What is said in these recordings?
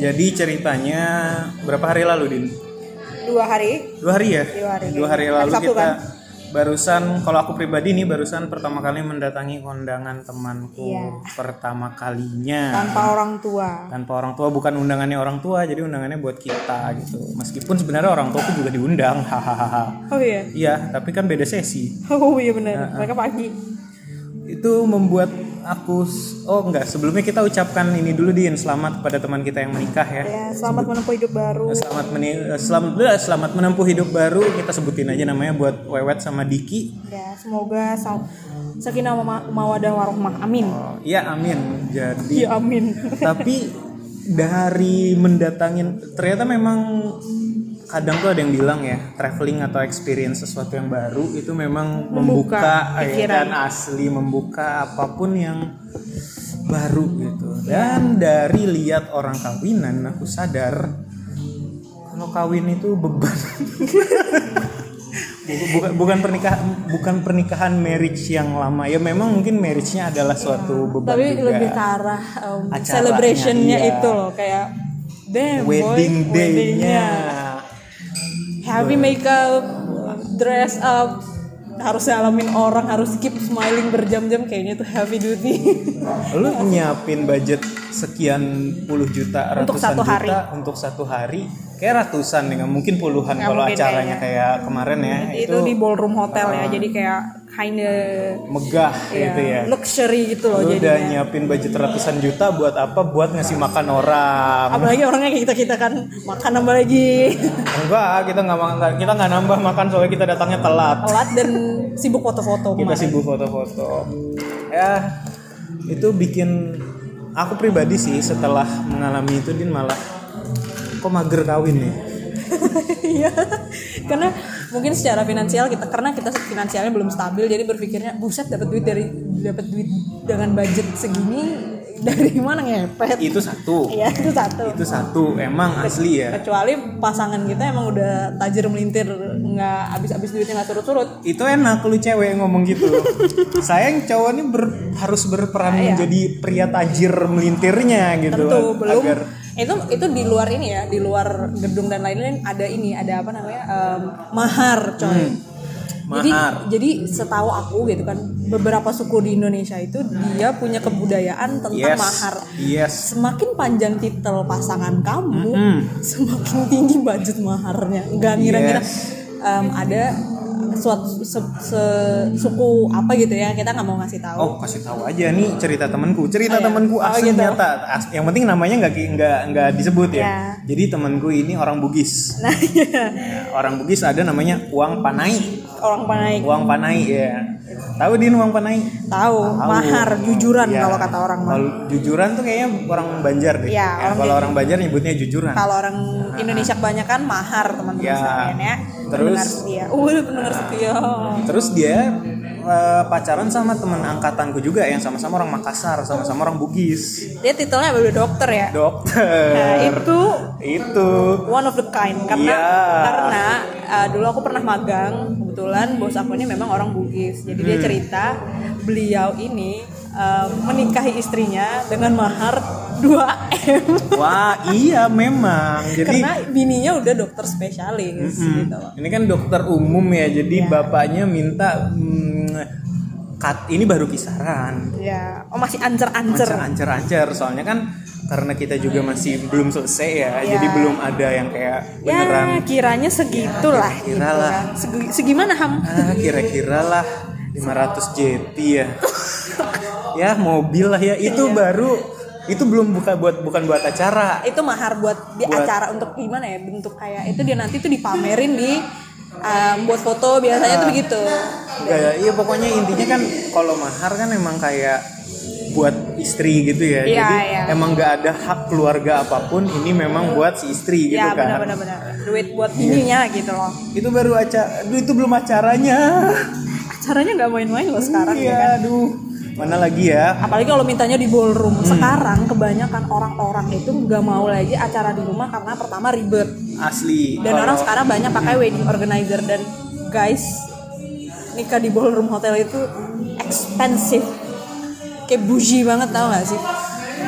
Jadi ceritanya berapa hari lalu, Din? 2 hari. 2 hari ya? 2 hari lalu Sabtu, kita kan? barusan, kalau aku pribadi nih barusan pertama kali mendatangi kondangan temanku pertama kalinya. Tanpa orang tua. Bukan undangannya orang tua, jadi undangannya buat kita gitu. Meskipun sebenarnya orang tua juga diundang, hahaha. Oh iya. Iya, tapi kan beda sesi. Oh iya benar. Mereka pagi. Itu membuat aku sebelumnya kita ucapkan ini dulu, Din, selamat kepada teman kita yang menikah ya. Ya, selamat menempuh hidup baru. Selamat menempuh hidup baru. Kita sebutin aja namanya buat Wewet sama Diki. Ya, semoga sakinah mawaddah warahmah. Amin. Iya, amin. Jadi ya, amin. Tapi dari mendatangin, ternyata memang kadang tuh ada yang bilang ya, traveling atau experience sesuatu yang baru itu memang membuka pikiran, asli membuka apapun yang baru gitu. Dan dari lihat orang kawinan, aku sadar kalau kawin itu beban. bukan pernikahan marriage yang lama ya, memang mungkin marriage-nya adalah suatu beban tapi juga. lebih ke arah celebration-nya itu loh, kayak wedding day-nya. Heavy makeup, dress up, harus alamin orang, harus keep smiling berjam-jam, kayaknya itu heavy duty. Lu nyiapin budget sekian puluh juta, untuk ratusan satu juta untuk satu hari, kayak ratusan nih, mungkin puluhan kalau acaranya kayak kemarin ya. Itu di ballroom hotel ya, jadi kayak kinda megah gitu ya, luxury gitu loh. Lu jadinya udah nyiapin budget ratusan juta buat apa? Buat ngasih makan orang. Apalagi orangnya kayak kita kan makan nambah lagi. Enggak, kita nggak nambah makan soalnya kita datangnya telat Dan sibuk foto-foto. Kita sibuk foto-foto. Ya, itu bikin aku pribadi sih setelah mengalami itu, Din, malah kok mager kawin nih. Iya. Karena mungkin secara finansial karena kita finansialnya belum stabil, jadi berpikirnya buset dapat duit dengan budget segini dari mana ngepet. Itu satu. Iya, itu satu. Emang asli ya. Kecuali pasangan kita emang udah tajir melintir, nggak habis-habis duitnya, nggak surut-surut. Itu enak lu cewek ngomong gitu. Saya yang cowok ini harus berperan menjadi pria tajir melintirnya gitu. Tentu belum. Itu di luar ini ya, di luar gedung dan lain-lain ada apa namanya, mahar, coy. Jadi setahu aku gitu kan, beberapa suku di Indonesia itu dia punya kebudayaan tentang mahar. Semakin panjang titel pasangan kamu, semakin tinggi budget maharnya. Nggak ngira-ngira ada suatu suku apa gitu ya, kita nggak mau ngasih tahu. Oh, kasih tahu aja nih cerita temanku asli gitu. Nyata. Yang penting namanya nggak disebut ya. Jadi temanku ini orang Bugis. Nah, orang Bugis ada namanya Uang Panai ya. Tahu, Din, Uang Panai? Tahu. Mahar jujuran ya. Kalau kata orang. Kalau jujuran tuh kayaknya orang Banjar deh. Ya, kalau orang Banjar nyebutnya jujuran. Kalau orang Indonesia kebanyakan mahar, teman-teman sekalian ya. Terus pendengar setia. Terus dia pacaran sama teman angkatanku juga yang sama-sama orang Makassar, sama-sama orang Bugis. Dia titelnya udah dokter ya? Dokter. Nah, itu one of the kind karena dulu aku pernah magang, kebetulan bos aku ini memang orang Bugis. Jadi dia cerita beliau ini menikahi istrinya dengan mahar 2M. Wah, iya memang. Jadi karena bininya udah dokter spesialis gitu. Ini kan dokter umum ya. Jadi bapaknya minta ini baru kisaran. Ya. Oh, masih ancer-ancer. Soalnya kan karena kita juga masih belum selesai ya. Jadi belum ada yang kayak beneran. Ya, kiranya segitulah. Kira-kira gitu kan. Segimana, Ham? Kira-kira lah 500 JT ya. Ya, mobil lah ya. Itu baru, itu belum bukan buat acara. Itu mahar buat acara untuk gimana ya? Bentuk kayak itu dia nanti tuh dipamerin di buat foto, biasanya tuh begitu. Iya, pokoknya intinya kan kalau mahar kan emang kayak buat istri gitu ya. Jadi emang nggak ada hak keluarga apapun, ini memang buat si istri gitu kan. Iya, benar-benar. Duit buat bininya gitu loh. Itu baru itu belum acaranya. Acaranya nggak main-main loh sekarang. Iya, aduh. Mana lagi ya? Apalagi kalau mintanya di ballroom. Sekarang kebanyakan orang-orang itu nggak mau lagi acara di rumah karena pertama ribet. Asli. Dan orang sekarang banyak pakai wedding organizer, dan guys, nikah di ballroom hotel itu expensive. Kayak bougie banget, tau gak sih?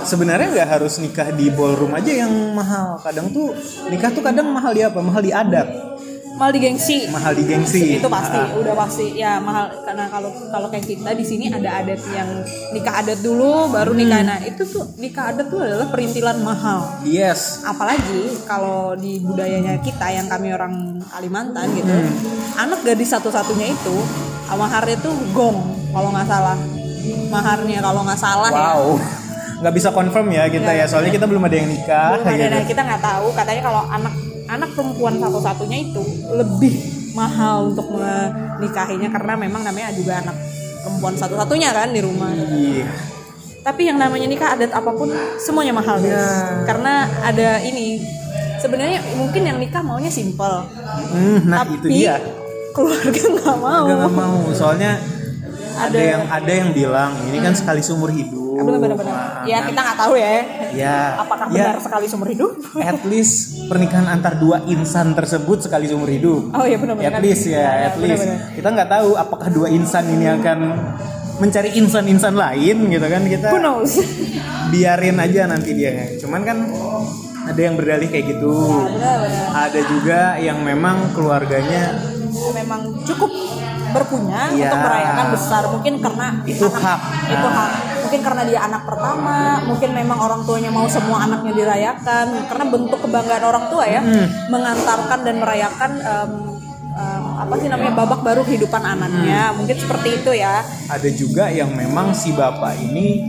sebenarnya nggak harus nikah di ballroom aja yang mahal. Kadang tuh nikah tuh kadang mahal di apa? Mahal di adat. Mahal di gengsi. Mahal di gengsi. Itu pasti, udah pasti. Ya mahal karena kalau kayak kita di sini ada adat yang nikah adat dulu baru nikah. Nah, itu tuh nikah adat tuh adalah perintilan mahal. Yes. Apalagi kalau di budayanya kita yang kami orang Kalimantan gitu. Anak gadis satu-satunya itu maharnya tuh gong kalau nggak salah. Maharnya kalau nggak salah ya. Wow. Nggak bisa confirm ya kita ya, soalnya kita belum ada yang nikah. Belum ada, nah, kita nggak tahu. Katanya kalau anak perempuan satu-satunya itu lebih mahal untuk menikahinya karena memang namanya juga anak perempuan satu-satunya kan di rumah. Iya. Tapi yang namanya nikah adat apapun semuanya mahal guys. Karena ada ini sebenarnya mungkin yang nikah maunya simple. Nah tapi itu dia. Keluarga nggak mau. Keluarga nggak mau. Soalnya ada yang bilang ini kan sekali seumur hidup. Benar. Ya kita nggak tahu ya. Ya. Apakah benar sekali seumur hidup? At least pernikahan antar dua insan tersebut sekali seumur hidup. Oh iya benar. At least ya, at least. Kita nggak tahu apakah dua insan ini akan mencari insan-insan lain gitu kan, kita. Who knows? Biarin aja nanti dia. Cuman kan ada yang berdalih kayak gitu. Benar. Ada juga yang memang keluarganya memang cukup berpunya ya, untuk merayakan besar, mungkin karena itu hak. Itu hak. Mungkin karena dia anak pertama, mungkin memang orang tuanya mau semua anaknya dirayakan, karena bentuk kebanggaan orang tua ya, mengantarkan dan merayakan apa sih namanya babak baru kehidupan anaknya, mungkin seperti itu ya. Ada juga yang memang si bapak ini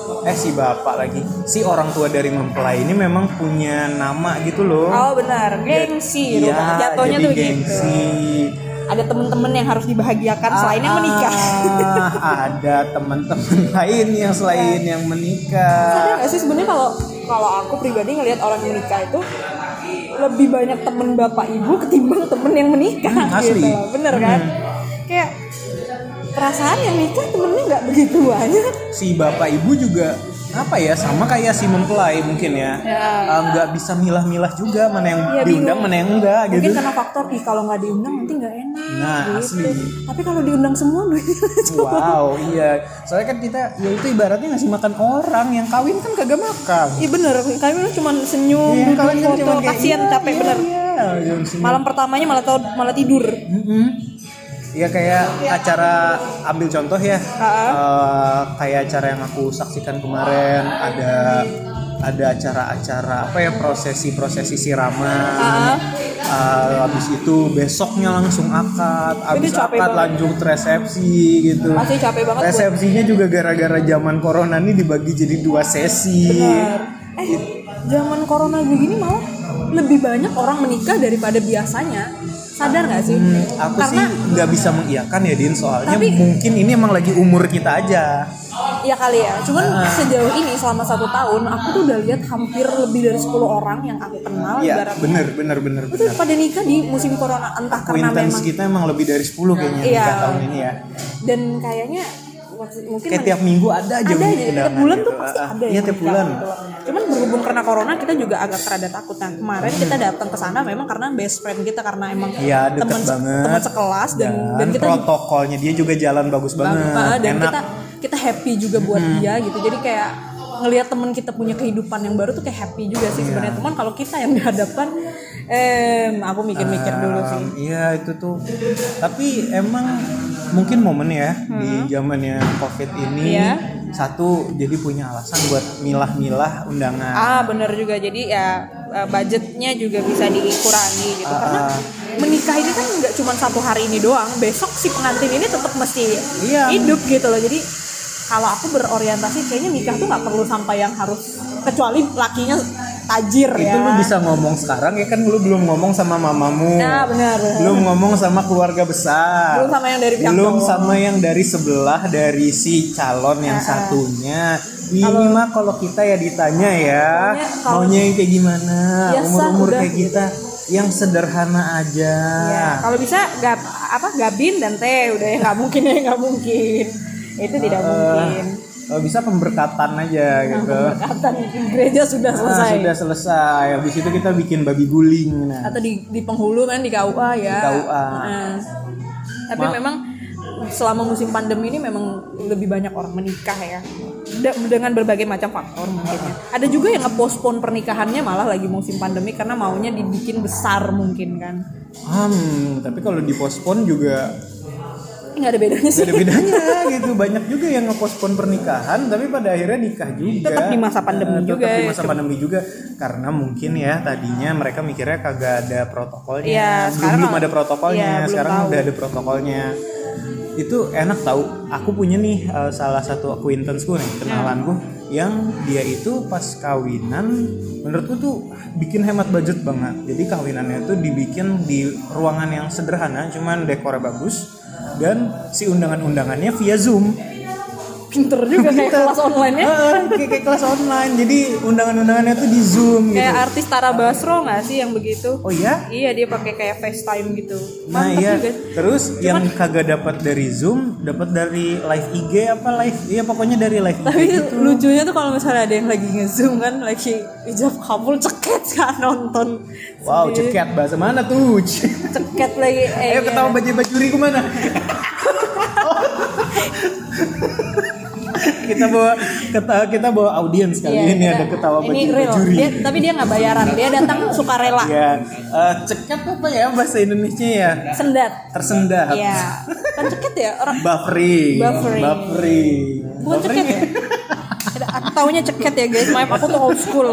si orang tua dari mempelai ini memang punya nama gitu loh. Oh benar, gengsi, jatuhnya tuh gengsi. Gitu. Ada teman-teman yang harus dibahagiakan selain yang menikah. Ada teman-teman lain yang selain yang menikah. Sadar nggak sih sebenarnya kalau aku pribadi ngelihat orang yang menikah itu lebih banyak temen bapak ibu ketimbang temen yang menikah. Asli. Gitu. Bener kan? Kayak perasaan yang nikah temennya nggak begitu banyak. Si bapak ibu juga apa ya, sama kayak si mempelai mungkin ya, nggak bisa milah-milah juga mana yang diundang bingung. Mana yang enggak gitu. Mungkin karena faktor kalau nggak diundang nanti nggak enak. Nah gitu. Asli. Tapi kalau diundang semua wow iya, soalnya kan kita ya itu ibaratnya ngasih makan orang, yang kawin kan kagak makan. Iya bener, kawin cuma senyum, duduk kan foto, kasihan capek bener. Malam pertamanya malah tidur. Ya kayak acara, ambil contoh ya, kayak acara yang aku saksikan kemarin, ada acara-acara apa ya, prosesi siraman, habis itu besoknya langsung akad, habis akad lanjut resepsi gitu. Pasti capek banget. Resepsinya juga gara-gara zaman corona ini dibagi jadi 2 sesi. Benar. Zaman corona begini malah lebih banyak orang menikah daripada biasanya. Sadar nggak sih? Aku sih nggak bisa mengiyakan ya Din, soalnya mungkin ini emang lagi umur kita aja. Ya kali ya. Cuman sejauh ini selama 1 tahun aku tuh udah lihat hampir lebih dari 10 orang yang aku kenal. Iya bener. Itu pada nikah di musim corona, entah karena memang kita emang lebih dari 10 kayaknya nikah tahun ini ya. Dan kayaknya mungkin kayak tiap minggu ada aja tiap bulan gitu. Tuh pasti ada ya tiap bulan gitu. Cuman berhubung karena corona kita juga agak rada takut. Nah kemarin kita datang ke sana memang karena best friend kita, karena emang teman sekelas dan kita protokolnya dia juga jalan bagus banget dan kita happy juga buat dia gitu. Jadi kayak ngelihat teman kita punya kehidupan yang baru tuh kayak happy juga sih sebenarnya. Teman kalau kita yang dihadapkan aku mikir-mikir dulu sih. Iya itu tuh. Tapi emang mungkin momen ya di zamannya COVID ini, satu jadi punya alasan buat milah-milah undangan. Bener juga, jadi ya budgetnya juga bisa dikurangi gitu. Karena menikah ini kan nggak cuma 1 hari ini doang, besok si pengantin ini tetap mesti hidup gitu loh. Jadi kalau aku berorientasi kayaknya nikah tuh nggak perlu sampai yang harus, kecuali lakinya tajir itu ya. Itu lu bisa ngomong sekarang ya kan, lu belum ngomong sama mamamu. Nah benar. Belum ngomong sama keluarga besar. Belum sama yang dari pihak belum sama yang dari sebelah dari si calon yang satunya. Ini mah kalau kita ya ditanya ya, maunya yang kayak gimana, umur-umur kayak kita yang sederhana aja. Ya, kalau bisa gabin dan teh udah ya, nggak mungkin. Itu tidak mungkin. Kalau bisa pemberkatan aja gitu. Pemberkatan gereja sudah selesai. Sudah selesai. Habis itu kita bikin babi guling. Atau di penghulu kan di KUA ya. Di KUA. Tapi memang selama musim pandemi ini memang lebih banyak orang menikah ya. Dengan berbagai macam faktor mungkin ya. Ada juga yang nge-postpone pernikahannya malah lagi musim pandemi karena maunya dibikin besar mungkin kan. Tapi kalau dipospon juga nggak ada bedanya sih. Nggak ada bedanya gitu. Banyak juga yang nge-postpone pernikahan tapi pada akhirnya nikah juga. Tetap di masa pandemi juga. Tetap di masa pandemi juga karena mungkin ya tadinya mereka mikirnya kagak ada protokolnya. Ya, belum ada protokolnya. Ya, sekarang udah ada protokolnya. Itu enak tahu. Aku punya nih salah satu acquaintance-ku nih, kenalanku yang dia itu pas kawinan menurutku tuh bikin hemat budget banget. Jadi kawinannya tuh dibikin di ruangan yang sederhana, cuman dekornya bagus. Dan si undangan-undangannya via Zoom. Pinter juga kayak kelas online-nya. Kayak kelas online. Jadi undangan-undangannya tuh di Zoom kayak gitu. artis Tara Basro nggak sih yang begitu? Oh iya? Iya, dia pakai kayak FaceTime gitu. Nah Mantap iya. juga. Terus yang kagak dapat dari Zoom, dapat dari live IG apa live? Iya pokoknya dari live IG. Tapi gitu. lucunya tuh kalau misalnya ada yang lagi nge-zoom kan, lagi hijab kabul ceket kan nonton. Wow, ceket bahasa mana tuh? Ceket lagi. Ayo ketawa baju-bajuri kemana? kita bawa audiens kali ini ada ketawa baju-bajuri. Tapi dia nggak bayaran, dia datang sukarela. Iya. Ceket apa ya bahasa Indonesia ya? Sendat. Tersendat. Iya. Kan ceket ya orang. Buffering. Bukan ceket ya? Aku taunya ceket ya guys. Maaf aku tuh old school.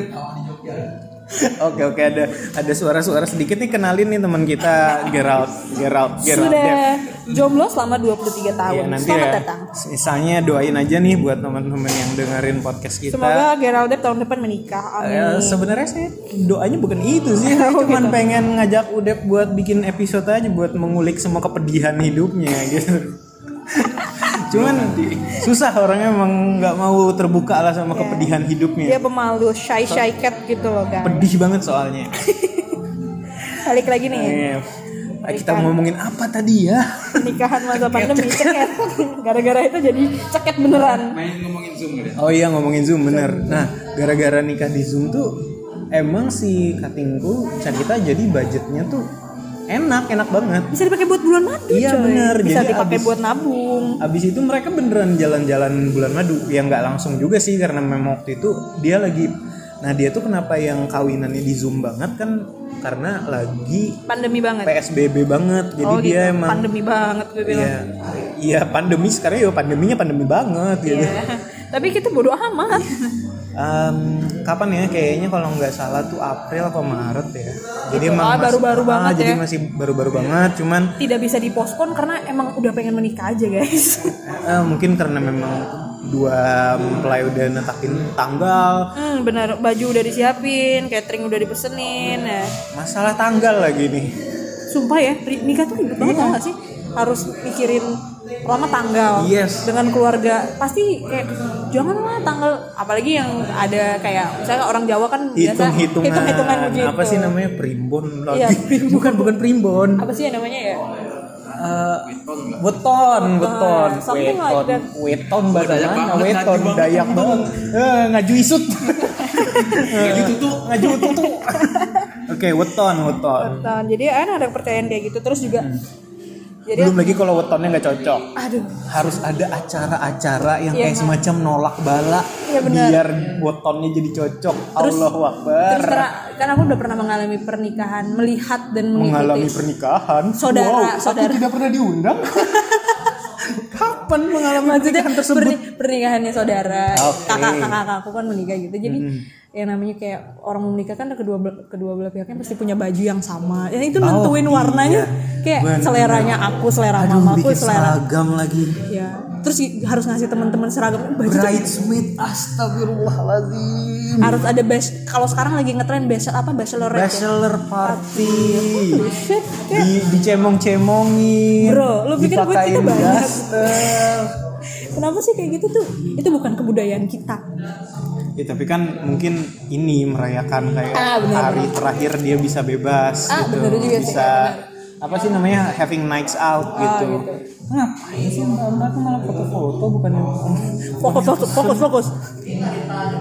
Oke, ada suara-suara sedikit nih, kenalin nih teman kita Gerald. Sudah jomblo selama 23 tahun. Ya, nanti Selamat ya, datang. Misalnya doain aja nih buat teman-teman yang dengerin podcast kita. Semoga Gerald tahun depan menikah. Amin. Sebenarnya sih doanya bukan itu sih, saya cuman pengen ngajak Udep buat bikin episode aja buat mengulik semua kepedihan hidupnya gitu. Cuman susah orangnya emang nggak mau terbuka lah sama kepedihan hidupnya. Dia pemalu, shy cat gitu loh guys. Pedih banget soalnya. Balik lagi nih. Kita ngomongin apa tadi ya? Nikahan masa pandemi ceket. Gara-gara itu jadi ceket beneran. Ngomongin Zoom gitu. Oh iya ngomongin Zoom bener. Nah gara-gara nikah di Zoom tuh emang si katingku cerita jadi budgetnya tuh enak banget. Bisa dipakai buat bulan madu. Iya bener. Bisa jadi dipakai buat nabung. Abis itu mereka beneran jalan-jalan bulan madu. Ya nggak langsung juga sih karena memang waktu itu dia lagi. Nah dia tuh kenapa yang kawinannya di Zoom banget kan karena lagi pandemi banget. PSBB banget. Jadi dia gitu. emang pandemi banget gue bilang. Iya pandemi sekarang ya pandeminya pandemi banget gitu. Tapi kita bodo amat. Kapan ya kayaknya kalau nggak salah tuh April atau Maret ya. Jadi emang baru-baru banget jadi ya. masih baru-baru banget cuman tidak bisa dipospon karena emang udah pengen menikah aja guys. Mungkin karena memang dua mempelai udah netakin tanggal. Bener, baju udah disiapin, catering udah dipesenin ya. Masalah tanggal lagi nih. Sumpah ya, nikah tuh ribet banget tau gak sih? Harus mikirin pertama tanggal dengan keluarga. Pasti kayak janganlah tanggal, apalagi yang ada kayak misalnya orang Jawa kan biasa hitung-hitungan begitu. Apa sih namanya? Primbon lagi. Iya, bukan primbon. Apa sih namanya ya? Weton. Weton bahasa mana? Weton Dayak banget. Ngaju isut. Ngaju tutu. Oke, weton. Jadi ada yang percayaan kayak gitu terus juga. Jadi, belum lagi kalau wetonnya nggak cocok. Aduh. Harus ada acara-acara yang kayak semacam nolak bala biar wetonnya jadi cocok. Allahu Akbar. Terus kan aku udah pernah mengalami pernikahan, melihat dan mengikuti. Mengalami pernikahan. Saudara. Aku tidak pernah diundang. Kapan mengalami pernikahan tersebut? Pernikahannya saudara. Kakak aku kan menikah gitu. Jadi yang namanya kayak orang mau menikah kan kedua belah pihaknya pasti punya baju yang sama. Ya itu nentuin warnanya. Kayak seleranya aku, selera mamaku, selera seragam lagi. Ya. Terus harus ngasih teman-teman seragam baju. Bridesmaid, astagfirullahaladzim. Harus ada kalau sekarang lagi ngetren bachelor party. Shit, dicemong-cemongin. Bro, lu pikir buat kita banyak. Kenapa sih kayak gitu tuh? Itu bukan kebudayaan kita. Ya tapi kan mungkin ini merayakan kayak hari terakhir dia bisa bebas gitu. Bener juga bisa sih, apa sih namanya having nights out gitu. Ngapain sih mbak malah foto-foto bukan fokus.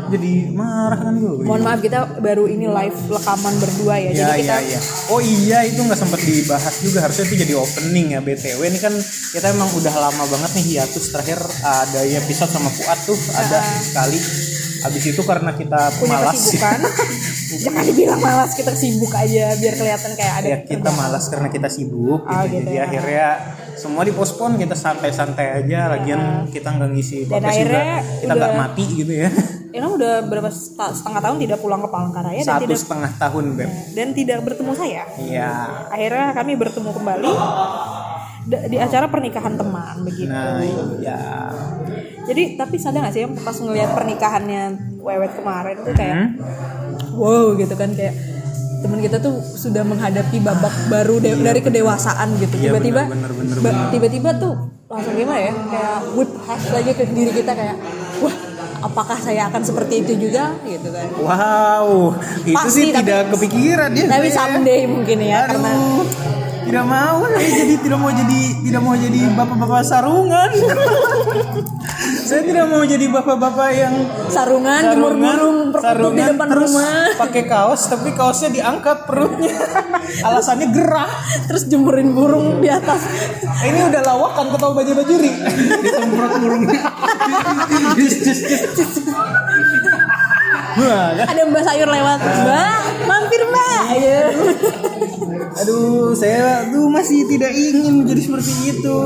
jadi marah kan gue. Mohon maaf kita baru ini live rekaman berdua ya. Jadi kita Oh iya itu nggak sempat dibahas juga, harusnya itu jadi opening ya. BTW ini kan kita emang udah lama banget nih hiatus, terakhir ada episode sama Fuad tuh ada sekali. Habis itu karena kita punya malas. kesibukan. Jangan dibilang malas, kita sibuk aja biar kelihatan kayak ada. Ya kita malas karena kita sibuk gitu. Jadi akhirnya semua dipospon, kita santai-santai aja. Lagian kita nggak ngisi podcast juga, kita nggak mati gitu ya. Ini udah berapa setengah tahun tidak pulang ke Palangkaraya dan tidak 1,5 tahun Beb. Dan tidak bertemu saya. Iya. Akhirnya kami bertemu kembali di acara pernikahan teman begitu. Nah iya. Jadi tapi sadar gak sih pas ngelihat pernikahannya Wewet kemarin tuh kayak wow gitu kan, kayak teman kita tuh sudah menghadapi babak baru dari kedewasaan gitu. Iya, Tiba-tiba bener. tiba-tiba tuh langsung gimana ya, kayak whip hash lagi ke diri kita kayak wah apakah saya akan seperti itu juga gitu kan. Wow, itu pasti, sih tidak kepikiran ya. Tapi someday mungkin ya. Aduh, karena tidak mau jadi bapak-bapak sarungan. Saya tidak mau jadi bapak-bapak yang sarungan jemur burung di depan terus rumah, pakai kaos tapi kaosnya diangkat perutnya. Alasannya gerah, terus jemurin burung di atas. Ini udah lawakan ketawa baju-bajuri. Disemprot burungnya. Ada mbak sayur lewat, mbak mampir mbak. Aduh, saya tuh masih tidak ingin menjadi seperti itu.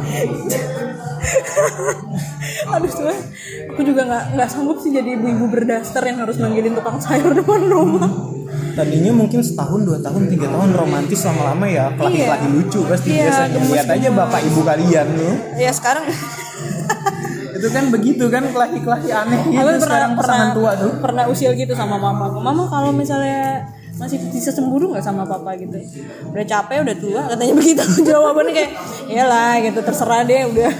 Aduh tuh, aku juga nggak sanggup sih jadi ibu-ibu berdaster yang harus manggilin tukang sayur depan rumah. Tadinya mungkin setahun, 2 tahun, 3 tahun romantis, lama-lama ya kelahi-kelahi lucu pasti biasanya. Lihat aja bapak ibu kalian loh. Ya sekarang itu kan begitu kan, kelahi-kelahi aneh gitu. Sekarang pasangan tua tuh pernah usil gitu sama mama kalau misalnya masih bisa cemburu nggak sama papa gitu, udah capek udah tua katanya begitu. Jawabannya kayak iyalah gitu, terserah deh udah.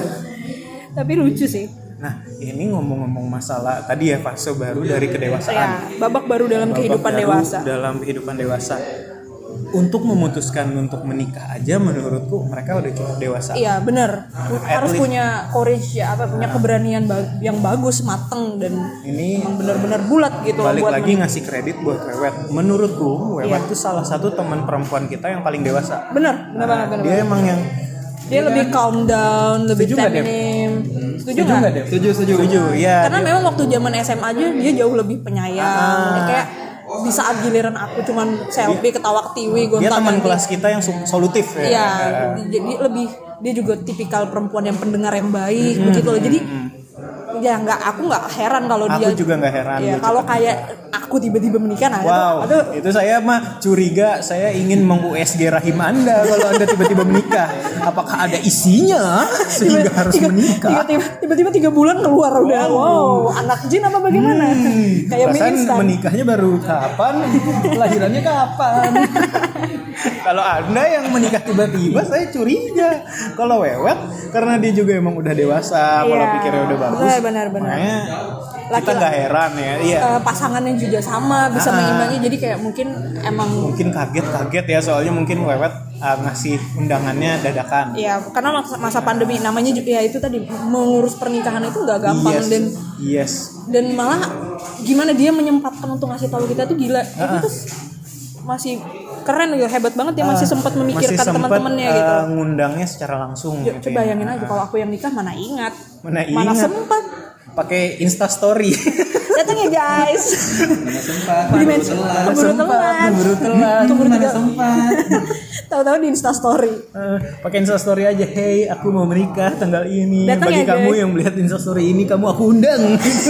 Tapi lucu sih. Nah ini ngomong-ngomong masalah tadi ya, fase baru dari kedewasaan ya, babak baru dalam kehidupan dewasa. Untuk memutuskan untuk menikah aja menurutku mereka udah cukup dewasa. Iya benar, harus punya courage ya, punya keberanian yang bagus, mateng, dan ini benar-benar bulat gitu. Balik lagi ngasih kredit buat Wewet. Menurutku Wewet tuh salah satu teman perempuan kita yang paling dewasa. Benar banget. Dia emang yang dia lebih calm down, lebih feminim. Setuju nggak? Setuju. Ya. Karena memang waktu zaman SMA aja dia jauh lebih penyayang. Kayak di saat giliran aku cuman selfie ketawa ketiwi gonta-ganti. Dia teman kelas kita yang solutif ya. Iya, jadi dia juga tipikal perempuan yang pendengar yang baik begitu loh. Jadi ya aku nggak heran kalau dia. Aku juga nggak heran. Ya, kalau kayak aku tiba-tiba menikah, aduh. Itu saya mah curiga, saya ingin meng-USG rahim Anda kalau Anda tiba-tiba menikah. Apakah ada isinya sehingga harus menikah? Tiba-tiba 3 bulan keluar udah. Wow, anak jin apa bagaimana? Kayak mie instan. Menikahnya baru kapan? Lahirannya kapan? Kalau Anda yang menikah tiba-tiba, saya curiga. Kalau Wewet karena dia juga emang udah dewasa, pola pikirnya udah bagus. Benar. Makanya kita nggak heran ya. Iya. Pasangannya juga sama, bisa mengimbangi. Jadi kayak mungkin kaget ya, soalnya mungkin Wewet ngasih undangannya dadakan. Iya, karena masa pandemi namanya juga ya itu tadi, mengurus pernikahan itu nggak gampang. Dan malah gimana dia menyempatkan untuk ngasih tahu kita tuh gila. Itu tuh masih keren ya, hebat banget ya, masih sempat memikirkan teman-temannya gitu. Ngundangnya secara langsung. Coba bayangin aja kalau aku yang nikah mana ingat. Mana sempat. Pakai Insta Story. Datang ya guys. Mana sempat. Keburu sempat. Tahu-tahu di Insta Story. Pakai Insta Story aja. Hey, aku mau menikah tanggal ini. Datang bagi ya, kamu guys. yang melihat Insta Story ini, kamu aku undang.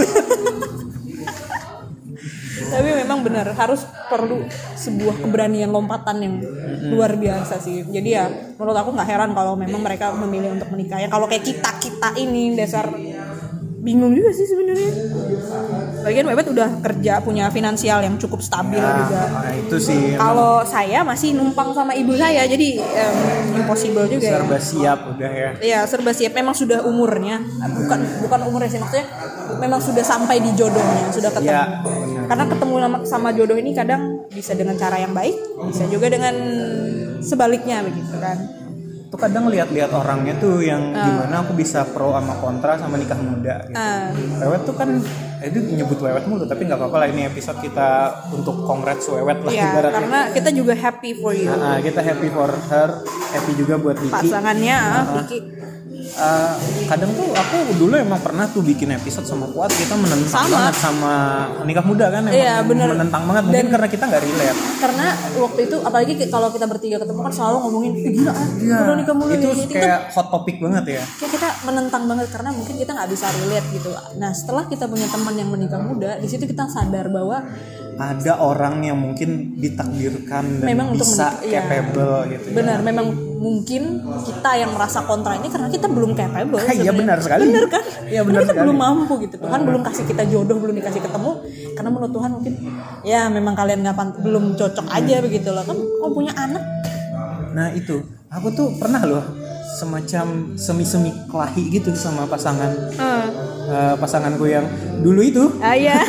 Tapi memang benar harus perlu sebuah keberanian lompatan yang luar biasa sih. Jadi ya menurut aku nggak heran kalau memang mereka memilih untuk menikah. Ya kalau kayak kita ini dasar bingung juga sih sebenarnya. Bagian Wewet udah kerja, punya finansial yang cukup stabil juga. Itu sih. Kalau saya masih numpang sama ibu saya, jadi impossible juga. Serba siap udah ya. Iya, serba siap. Memang sudah umurnya, bukan umurnya sih, maksudnya memang sudah sampai di jodohnya, sudah ketemu. Ya, karena ketemu sama jodoh ini kadang bisa dengan cara yang baik, bisa juga dengan sebaliknya begitu kan. tuh kadang lihat-lihat orangnya tuh yang gimana aku bisa pro sama kontra sama nikah muda gitu. Wewet tuh kan itu nyebut wewet mulu tapi nggak apa-apa lah, ini episode kita untuk congrats wewet lah ibaratnya. Karena kita juga happy for you. Kita happy for her, happy juga buat Vicky. Pasangannya Vicky. Kadang tuh aku dulu emang pernah tuh bikin episode sama Kuat, kita menentang banget sama nikah muda kan, emang menentang banget mungkin karena kita nggak relate. Karena waktu itu apalagi kalau kita bertiga ketemu kan selalu ngomongin gila udah nikah muda itu kayak hot topic banget ya. Kayak kita menentang banget karena mungkin kita nggak bisa relate gitu. Nah setelah kita punya teman yang menikah muda, di situ kita sadar bahwa ada orang yang mungkin ditakdirkan dan memang bisa capable gitu. Benar, memang mungkin kita yang merasa kontra ini karena kita belum capable. Iya benar sekali. Benar kan? Iya benar kita sekali. belum mampu gitu. Tuhan belum kasih kita jodoh, belum dikasih ketemu karena menurut Tuhan mungkin ya memang kalian belum cocok aja begitu loh. Kan kamu punya anak. Nah itu, aku tuh pernah loh semacam semi-semi kelahi gitu sama pasanganku yang dulu itu. Iya.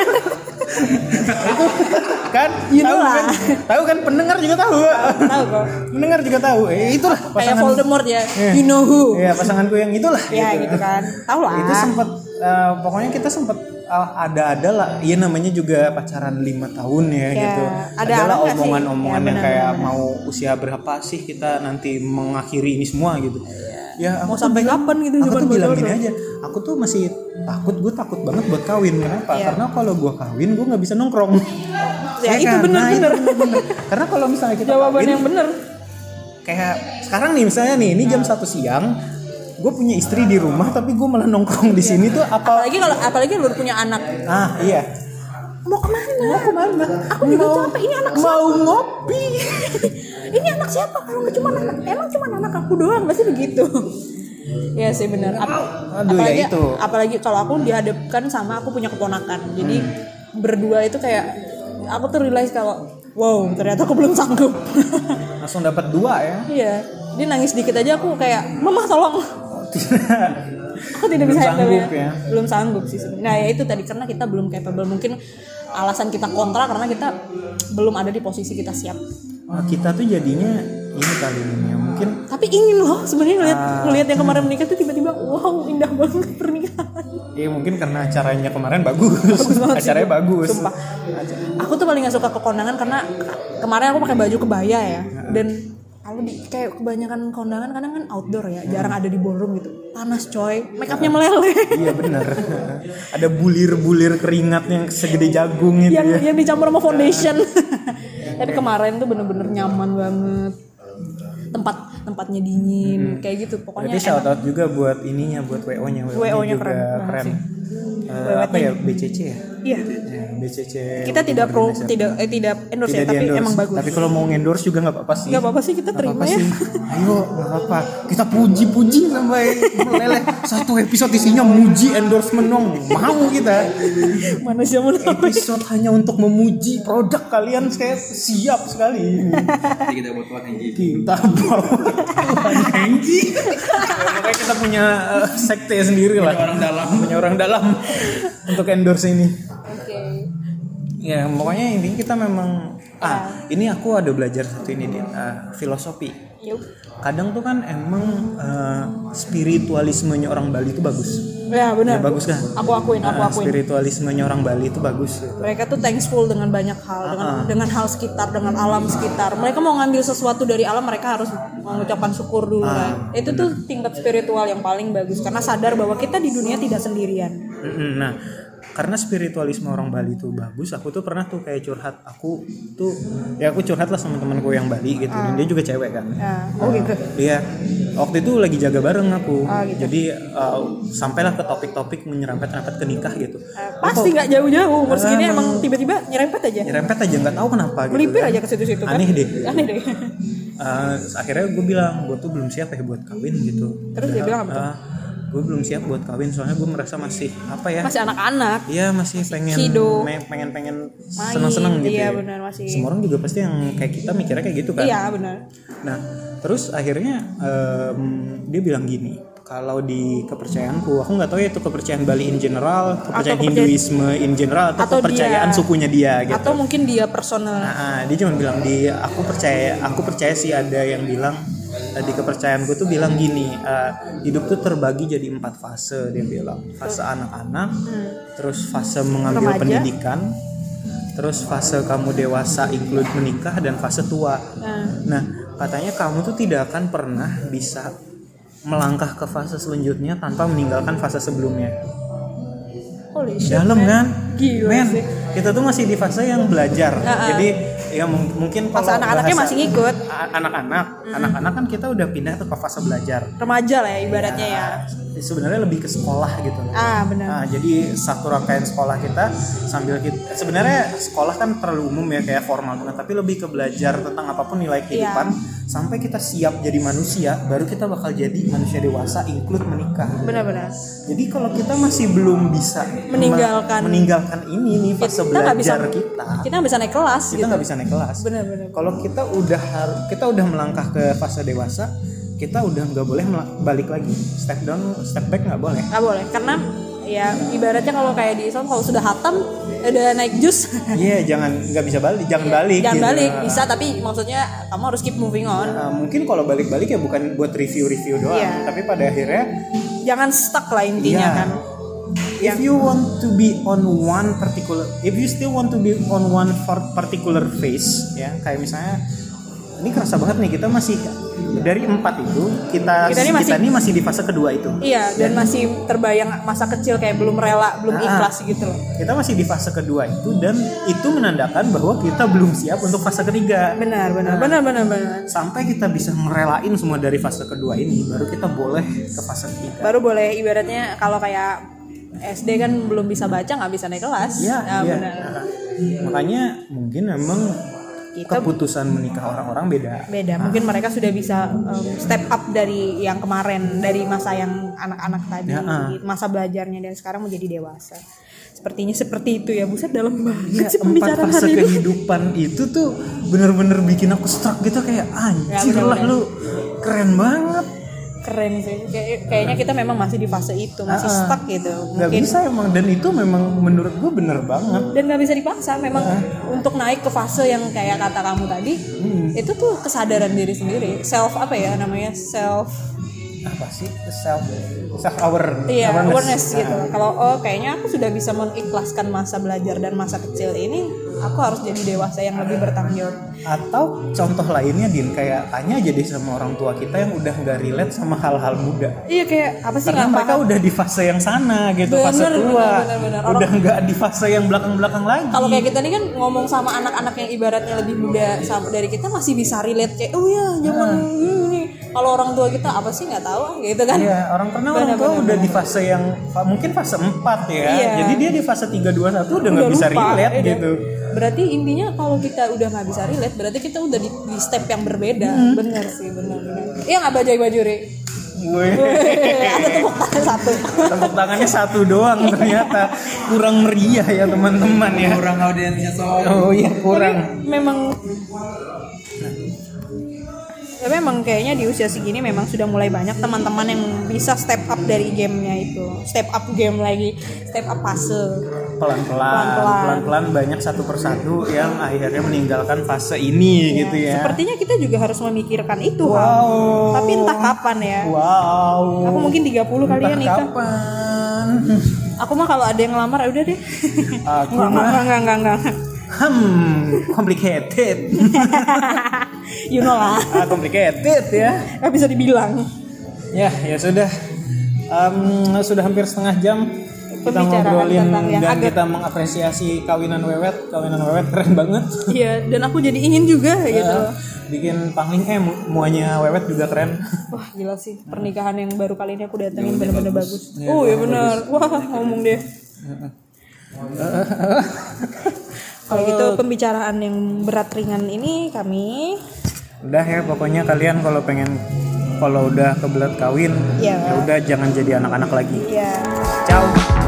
Itu kan tahu kan pendengar juga tahu kok pendengar juga tahu itulah kayak Voldemort ya, you know who pasanganku yang itulah ya gitu kan, tahu lah itu sempat pokoknya kita sempat ada lah, iya namanya juga pacaran 5 tahun ya gitu, adalah omongan-omongan yang kayak mau usia berapa sih kita nanti mengakhiri ini semua gitu. Ya mau sampai kapan gitu. Aku tuh bilang gini aja, aku tuh masih gue takut banget buat kawin. Kenapa? Karena kalau gue kawin gue nggak bisa nongkrong. Ya itu benar. Karena kalau misalnya kita jawaban kawin, yang benar. Kayak sekarang nih misalnya nih, ini jam 1 siang, gue punya istri di rumah tapi gue malah nongkrong di sini tuh apa? Apalagi lu punya anak. Iya. Mau kemana? Aku juga capek. Ini anak mau ngopi. Ini anak siapa? Kalau nggak cuma anak, emang cuma anak aku doang, pasti begitu. Ya sih benar. Apalagi kalau aku dihadapkan sama aku punya keponakan. Jadi berdua itu kayak aku tuh realize kalau wow ternyata aku belum sanggup. Langsung dapat 2 ya? Iya. Dia nangis dikit aja aku kayak mama tolong. Aku tidak bisa sanggup ya. Belum sanggup sih sebenarnya. Nah ya itu tadi karena kita belum capable. Mungkin alasan kita kontra karena kita belum ada di posisi kita siap. Kita tuh jadinya ini kali ini ya mungkin. Tapi ingin loh sebenarnya ngelihat yang kemarin menikah tuh tiba-tiba wow indah banget pernikahan. Iya mungkin karena acaranya kemarin bagus. Acaranya bagus. Sumpah. Aku tuh paling gak suka ke kondangan karena kemarin aku pakai baju kebaya ya. Dan kalau kayak kebanyakan kondangan kadang kan outdoor ya, jarang ada di ballroom gitu. Panas coy, make upnya meleleh. Iya benar. Ada bulir-bulir keringat yang segede jagung gitu yang dicampur sama foundation. Tapi kemarin tuh bener-bener nyaman banget. Tempatnya dingin, kayak gitu. Pokoknya jadi shout out juga buat ininya, buat WO-nya juga keren. Apa ya, BCC ya? Iya. BCC. Kita tidak endorse ya, tapi emang bagus. Tapi kalau mau endorse juga nggak apa-apa sih. Nggak apa-apa sih, kita terima ya. Ayo, nggak apa-apa. Kita puji sampai meleleh. 1 episode isinya muji endorsement dong. Mau kita. Mana sih mau episode hanya untuk memuji produk kalian, saya siap sekali. Kita buat Hengki. Kita bawa Hengki. Makanya kita punya sekte sendiri lah. Punya orang dalam untuk endorse ini. Ya pokoknya intinya kita memang ini aku ada belajar satu ini nih, filosofi. Kadang tuh kan emang spiritualismenya orang Bali itu bagus. Ya benar. Ya, bagus kan? Aku akuin. Spiritualismenya orang Bali itu bagus. Mereka tuh thankful dengan banyak hal, dengan hal sekitar, dengan alam sekitar. Mereka mau ngambil sesuatu dari alam, mereka harus mengucapkan syukur dulu kan. Itu tuh tingkat spiritual yang paling bagus karena sadar bahwa kita di dunia tidak sendirian. Nah, karena spiritualisme orang Bali itu bagus, aku tuh pernah tuh kayak curhat. Aku curhat lah sama temanku yang Bali gitu. Dan dia juga cewek kan. Gitu. Dia waktu itu lagi jaga bareng aku. Gitu. Jadi sampailah ke topik-topik menyerempet-nyerempet ke nikah gitu. Pasti nggak jauh-jauh. Umur segini emang tiba-tiba nyerempet aja, nggak tahu kenapa gitu. Melipir aja ke situ-situ kan. Aneh deh. Akhirnya gue bilang gue tuh belum siap ya buat kawin gitu. Terus dia bilang apa? Gue belum siap buat kawin soalnya gue merasa masih masih anak-anak. Iya masih pengen seneng-seneng gitu. Iya benar, masih. Semua orang juga pasti yang kayak kita mikirnya kayak gitu kan. Iya benar. Nah terus akhirnya dia bilang gini, kalau di kepercayaanku, aku nggak tahu ya itu kepercayaan Bali in general, kepercayaan Hinduisme in general, atau kepercayaan sukunya dia gitu. Atau mungkin dia personal. Dia cuma bilang aku percaya sih ada yang bilang di kepercayaanku tuh bilang gini, hidup tuh terbagi jadi 4 fase, dia bilang. Fase anak-anak, terus fase mengambil Remaja. pendidikan, terus fase kamu dewasa include menikah, dan fase tua. Nah, katanya kamu tuh tidak akan pernah bisa melangkah ke fase selanjutnya tanpa meninggalkan fase sebelumnya. Holy shit, Dalam man. kan? Gila Men, sih. kita tuh masih di fase yang belajar. Jadi ya mungkin Fase kalau anak-anaknya bahasa- masih ngikut. Anak-anak kan kita udah pindah tuh ke fase belajar. Remaja lah ya ibaratnya ya. Sebenarnya lebih ke sekolah gitu loh. Benar. Nah, jadi satu rangkaian sekolah kita sambil kita sebenarnya sekolah kan terlalu umum ya kayak formal banget, tapi lebih ke belajar tentang apapun nilai kehidupan sampai kita siap jadi manusia, baru kita bakal jadi manusia dewasa include menikah. Benar-benar. Jadi kalau kita masih belum bisa meninggalkan ini nih fase nggak bisa, belajar kita nggak bisa naik kelas kita gitu. nggak bisa naik kelas. Benar-benar. Kalau kita udah melangkah ke fase dewasa, kita udah nggak boleh balik lagi, step back nggak boleh. Nggak boleh karena ya ibaratnya kalau kayak di Islam kalau sudah hatam udah naik jus. Iya, nggak bisa balik, jangan balik. Jangan gitu. balik bisa, tapi maksudnya kamu harus keep moving on. Mungkin kalau balik ya bukan buat review doang, tapi pada akhirnya jangan stuck lah intinya kan. If you want to be on one particular, if you still want to be on one particular phase, ya kayak misalnya ini kerasa banget nih kita masih dari 4 itu kita ini masih di fase kedua itu. Iya, dan masih terbayang masa kecil kayak belum rela, belum ikhlas gitu loh. Kita masih di fase kedua itu, dan itu menandakan bahwa kita belum siap untuk fase ketiga. Benar. Sampai kita bisa ngerelain semua dari fase kedua ini, baru kita boleh ke fase ketiga. Baru boleh ibaratnya kalau kayak SD kan belum bisa baca nggak bisa naik kelas. Iya. Benar. Makanya mungkin memang keputusan menikah orang-orang beda. Mungkin mereka sudah bisa step up dari yang kemarin, dari masa yang anak-anak tadi, masa belajarnya, dan sekarang menjadi dewasa. Sepertinya seperti itu ya. Buset, dalam banget sih 4 pembicaraan fase hari ini. kehidupan itu tuh bener-bener bikin aku struck gitu, kayak anjir lah lu keren banget. Keren sih. Kayaknya kita memang masih di fase itu, masih stuck gitu. Nggak bisa emang, dan itu memang menurut gue bener banget. Dan nggak bisa dipaksa memang untuk naik ke fase yang kayak kata kamu tadi. Itu tuh kesadaran diri sendiri, self awareness gitu. Kalau kayaknya aku sudah bisa mengikhlaskan masa belajar dan masa kecil ini, aku harus jadi dewasa yang lebih bertanggung jawab. Atau contoh lainnya, Din, kayak tanya aja deh sama orang tua kita yang udah nggak relate sama hal-hal muda. Iya, kayak apa sih, karena mereka udah di fase yang sana gitu, fase tua. Bener. Udah nggak di fase yang belakang-belakang lagi. Kalau kayak kita nih kan ngomong sama anak-anak yang ibaratnya lebih muda dari kita, masih bisa relate kayak zaman ini. Kalau orang tua kita apa sih nggak tahu gitu kan. Iya, orang tua udah di fase yang mungkin fase 4 ya. Iya. Jadi dia di fase 3, 2, 1 udah nggak bisa relate gitu. Berarti intinya kalau kita udah nggak bisa relate, berarti kita udah di step yang berbeda. Bener sih. Iya nggak baju Ri? Ada tepuk tangan satu. Tepuk tangannya satu doang ternyata. Kurang meriah ya teman-teman ya. Kurang audiensnya soalnya. Oh iya, kurang. Tapi memang kayaknya di usia segini memang sudah mulai banyak teman-teman yang bisa step up dari gamenya itu, step up game lagi, step up fase. Pelan-pelan banyak satu persatu yang akhirnya meninggalkan fase ini gitu ya. Sepertinya kita juga harus memikirkan itu. Wow. Tapi entah kapan ya. Wow. Aku mungkin 30 kali ya nikah. Kapan? Aku mah kalau ada yang ngelamar udah deh. Aku Enggak. Complicated. You know lah. Complicated ya. Gak bisa dibilang. Ya sudah. Sudah hampir setengah jam kita ngobrolin dan kita mengapresiasi kawinan Wewet. Kawinan Wewet keren banget. Iya, dan aku jadi ingin juga gitu. Bikin pangling muanya Wewet juga keren. Wah, gila sih. Pernikahan yang baru kali ini aku datengin benar-benar bagus. Oh ya benar. Wah, ngomong deh. Kalau gitu pembicaraan yang berat ringan ini kami udah ya, pokoknya kalian kalau udah kebelet kawin ya udah jangan jadi anak-anak lagi. Iya. Ciao.